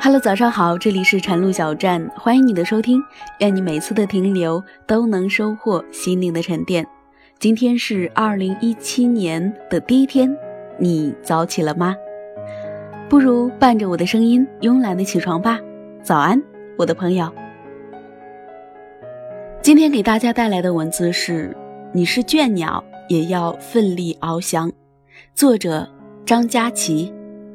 Hello， 早上好，这里是晨露小站，欢迎你的收听，愿你每次的停留都能收获心灵的沉淀。今天是2017年的第一天，你早起了吗？不如伴着我的声音慵懒的起床吧。早安，我的朋友。今天给大家带来的文字是你是倦鸟也要奋力翱翔，作者张佳琪。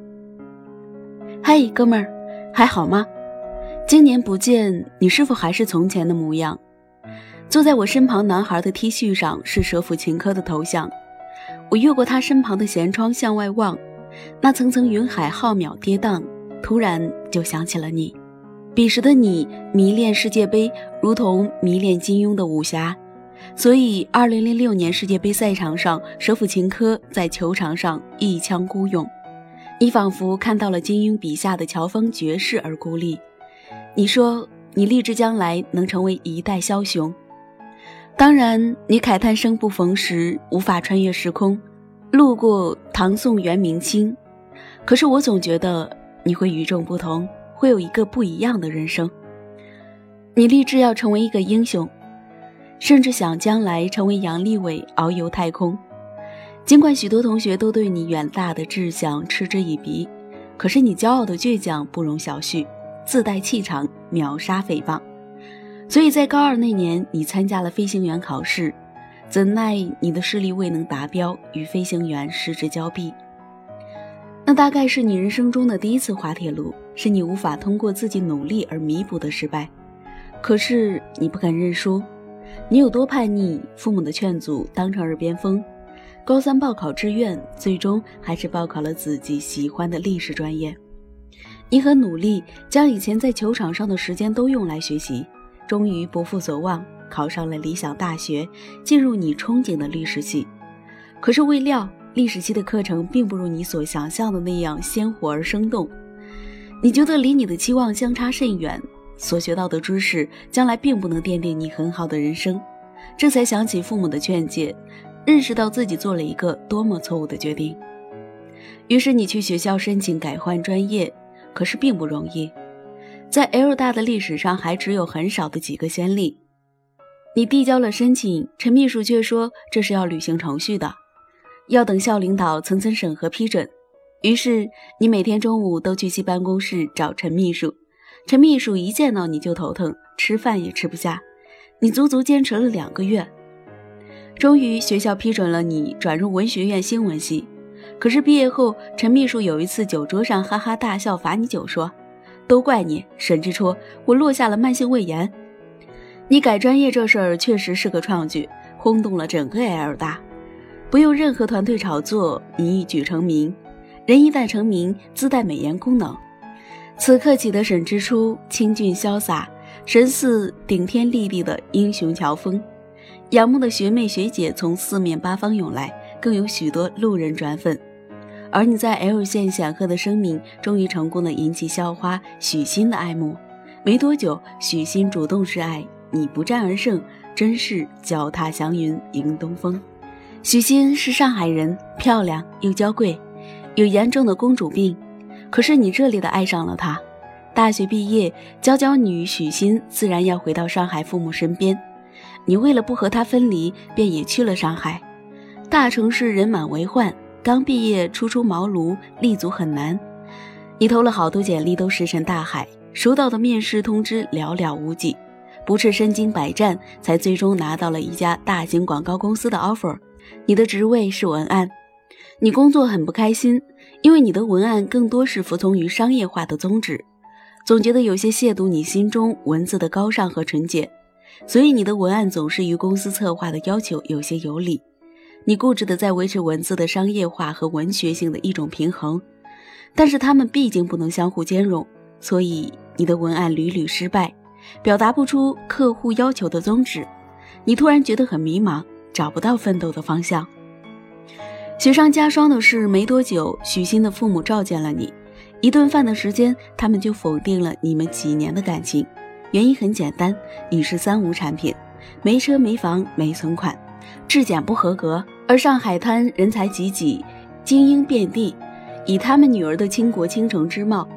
嗨，哥们儿，还好吗？今年不见，你是否还是从前的模样？坐在我身旁男孩的 T 恤上是舍甫琴科的头像，我越过他身旁的舷窗向外望，那层层云海浩渺跌宕，突然就想起了你。彼时的你迷恋世界杯，如同迷恋金庸的武侠，所以2006年世界杯赛场上，舍甫琴科在球场上一枪孤勇，你仿佛看到了金庸笔下的乔峰绝世而孤立。你说你立志将来能成为一代枭雄，当然你慨叹生不逢时，无法穿越时空，路过唐宋元明清，可是我总觉得你会与众不同，会有一个不一样的人生。你立志要成为一个英雄，甚至想将来成为杨利伟遨游太空。尽管许多同学都对你远大的志向嗤之以鼻，可是你骄傲的倔强不容小觑，自带气场，秒杀诽谤。所以在高二那年，你参加了飞行员考试，怎奈你的视力未能达标，与飞行员失之交臂。那大概是你人生中的第一次滑铁卢，是你无法通过自己努力而弥补的失败。可是你不肯认输，你有多叛逆，父母的劝阻当成耳边风。高三报考志愿，最终还是报考了自己喜欢的历史专业。你很努力，将以前在球场上的时间都用来学习，终于不负所望，考上了理想大学，进入你憧憬的历史系。可是未料历史系的课程并不如你所想象的那样鲜活而生动，你觉得离你的期望相差甚远，所学到的知识将来并不能奠定你很好的人生，这才想起父母的劝诫，认识到自己做了一个多么错误的决定。于是你去学校申请改换专业，可是并不容易，在 L 大的历史上还只有很少的几个先例。你递交了申请，陈秘书却说这是要履行程序的，要等校领导层层审核批准。于是你每天中午都去系办公室找陈秘书，陈秘书一见到你就头疼，吃饭也吃不下。你足足坚持了2个月，终于学校批准了你转入文学院新闻系。可是毕业后，陈秘书有一次酒桌上哈哈大笑，罚你酒说，都怪你沈之初，我落下了慢性胃炎。你改专业这事儿确实是个创举，轰动了整个 L 大，不用任何团队炒作，你一举成名。人一旦成名，自带美颜功能。此刻起的沈之初清俊潇洒，神似顶天立地的英雄乔峰，仰慕的学妹学姐从四面八方涌来，更有许多路人转粉。而你在 L 县显赫的声名终于成功的引起校花许昕的爱慕，没多久许昕主动示爱，你不战而胜，真是脚踏祥云迎东风。许昕是上海人，漂亮又娇贵，有严重的公主病，可是你热烈地爱上了她。大学毕业，娇娇女许昕自然要回到上海父母身边，你为了不和她分离，便也去了上海。大城市人满为患，刚毕业初出茅庐，立足很难。你投了好多简历都石沉大海，收到的面试通知寥寥无几，不啻身经百战，才最终拿到了一家大型广告公司的 offer。 你的职位是文案，你工作很不开心，因为你的文案更多是服从于商业化的宗旨，总觉得有些亵渎你心中文字的高尚和纯洁，所以你的文案总是与公司策划的要求有些有理。你固执地在维持文字的商业化和文学性的一种平衡，但是它们毕竟不能相互兼容，所以你的文案屡屡失败，表达不出客户要求的宗旨。你突然觉得很迷茫，找不到奋斗的方向。雪上加霜的是，没多久许昕的父母召见了你，一顿饭的时间，他们就否定了你们几年的感情。原因很简单，你是3无产品，没车没房没存款，质检不合格，而上海滩人才济济，精英遍地，以他们女儿的倾国倾城之貌，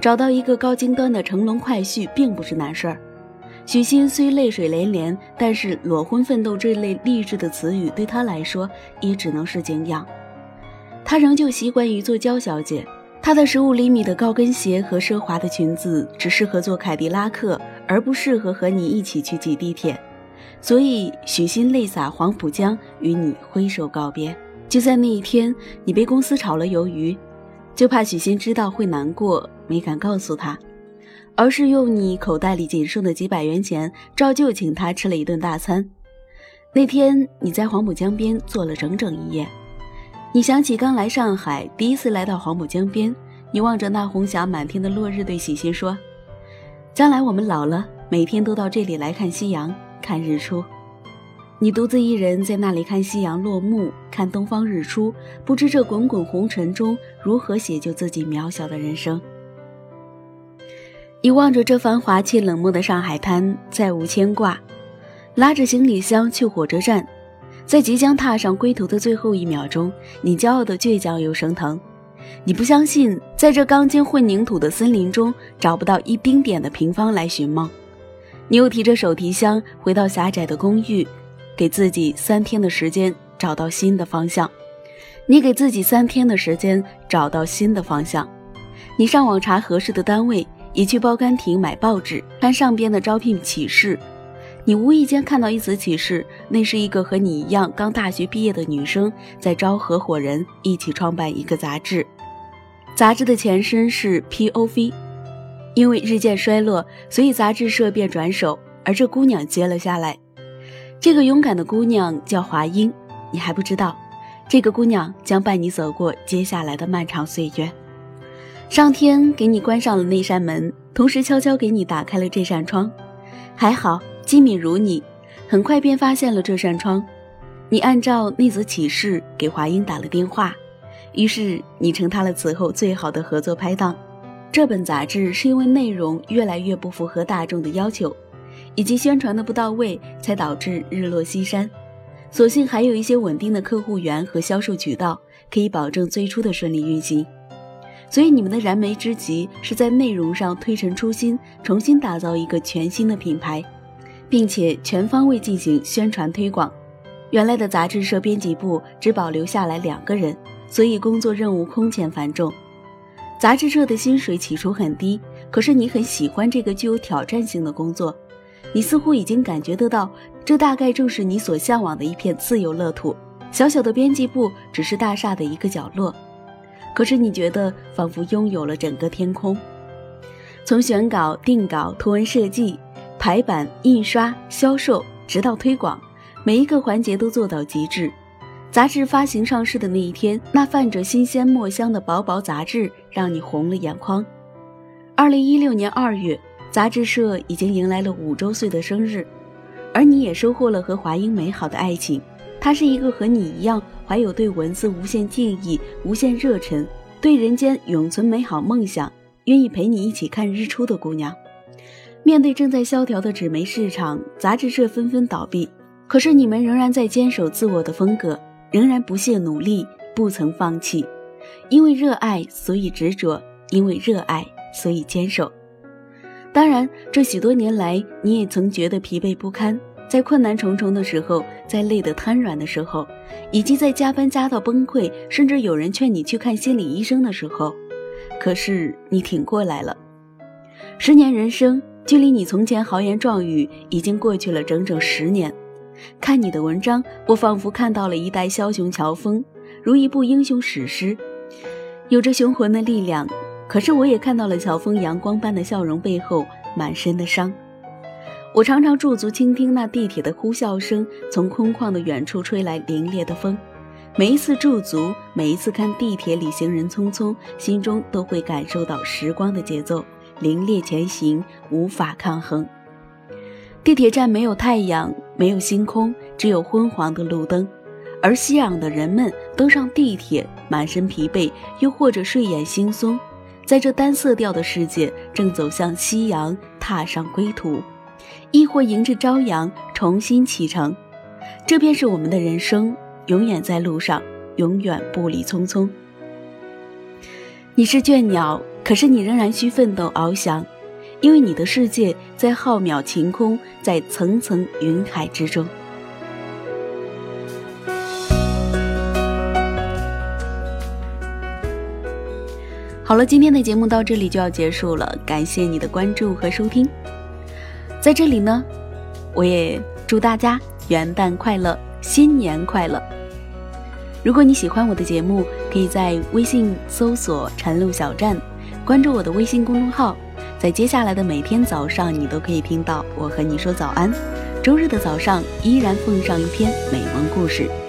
找到一个高精端的乘龙快婿并不是难事儿。许昕虽泪水连连，但是裸婚奋斗这类励志的词语对她来说也只能是敬仰。她仍旧习惯于做娇小姐，她的15厘米的高跟鞋和奢华的裙子只适合坐凯迪拉克，而不适合和你一起去挤地铁。所以许昕泪洒黄浦江，与你挥手告别。就在那一天，你被公司炒了鱿鱼，就怕许昕知道会难过，没敢告诉她，而是用你口袋里仅剩的几百元钱，照旧请她吃了一顿大餐。那天你在黄浦江边坐了整整一夜。你想起刚来上海，第一次来到黄浦江边，你望着那红霞满天的落日，对许昕说，将来我们老了，每天都到这里来看夕阳，看日出。你独自一人在那里看夕阳落幕，看东方日出，不知这滚滚红尘中如何写就自己渺小的人生。你望着这繁华且冷漠的上海滩，再无牵挂，拉着行李箱去火车站，在即将踏上归途的最后1秒钟，你骄傲的倔强又升腾。你不相信在这钢筋混凝土的森林中找不到一丁点的平方来寻梦。你又提着手提箱回到狭窄的公寓，给自己3天的时间找到新的方向。你给自己3天的时间找到新的方向。你上网查合适的单位，也去报刊亭买报纸，看上边的招聘启事。你无意间看到一则启事，那是一个和你一样刚大学毕业的女生在招合伙人一起创办一个杂志。杂志的前身是 POV， 因为日渐衰落，所以杂志社便转手，而这姑娘接了下来。这个勇敢的姑娘叫华英，你还不知道，这个姑娘将伴你走过接下来的漫长岁月。上天给你关上了那扇门，同时悄悄给你打开了这扇窗。还好机敏如你，很快便发现了这扇窗。你按照那则启事给华英打了电话，于是你成他了此后最好的合作拍档。这本杂志是因为内容越来越不符合大众的要求，以及宣传的不到位，才导致日落西山。所幸还有一些稳定的客户源和销售渠道，可以保证最初的顺利运行。所以你们的燃眉之急是在内容上推陈出新，重新打造一个全新的品牌，并且全方位进行宣传推广。原来的杂志社编辑部只保留下来2个人，所以工作任务空前繁重。杂志社的薪水起初很低，可是你很喜欢这个具有挑战性的工作。你似乎已经感觉得到，这大概正是你所向往的一片自由乐土。小小的编辑部只是大厦的一个角落，可是你觉得仿佛拥有了整个天空。从选稿、定稿、图文设计、排版、印刷、销售，直到推广，每一个环节都做到极致。杂志发行上市的那一天，那泛着新鲜墨香的薄薄杂志让你红了眼眶。2016年2月，杂志社已经迎来了5周岁的生日，而你也收获了和华英美好的爱情。她是一个和你一样怀有对文字无限敬意、无限热忱，对人间永存美好梦想，愿意陪你一起看日出的姑娘。面对正在萧条的纸媒市场，杂志社纷纷倒闭，可是你们仍然在坚守自我的风格，仍然不懈努力，不曾放弃。因为热爱，所以执着；因为热爱，所以坚守。当然，这许多年来，你也曾觉得疲惫不堪，在困难重重的时候，在累得瘫软的时候，以及在加班加到崩溃，甚至有人劝你去看心理医生的时候，可是你挺过来了。10年人生，距离你从前豪言壮语已经过去了整整10年。看你的文章，我仿佛看到了一代枭雄乔峰，如一部英雄史诗，有着雄浑的力量。可是我也看到了乔峰阳光般的笑容背后满身的伤。我常常驻足倾听那地铁的呼啸声，从空旷的远处吹来凛冽的风。每一次驻足，每一次看地铁里行人匆匆，心中都会感受到时光的节奏，凌冽前行，无法抗衡。地铁站没有太阳，没有星空，只有昏黄的路灯，而熙攘的人们登上地铁，满身疲惫，又或者睡眼惺忪，在这单色调的世界正走向夕阳，踏上归途，亦或迎着朝阳重新启程。这便是我们的人生，永远在路上，永远步履匆匆。你是倦鸟， 可是你仍然需奋斗翱翔，因为你的世界在浩渺晴空，在层层云海之中。好了，今天的节目到这里就要结束了，感谢你的关注和收听。在这里呢，我也祝大家元旦快乐，新年快乐。如果你喜欢我的节目，可以在微信搜索晨露小站，关注我的微信公众号，在接下来的每天早上，你都可以听到我和你说早安。周日的早上依然奉上一篇美文故事。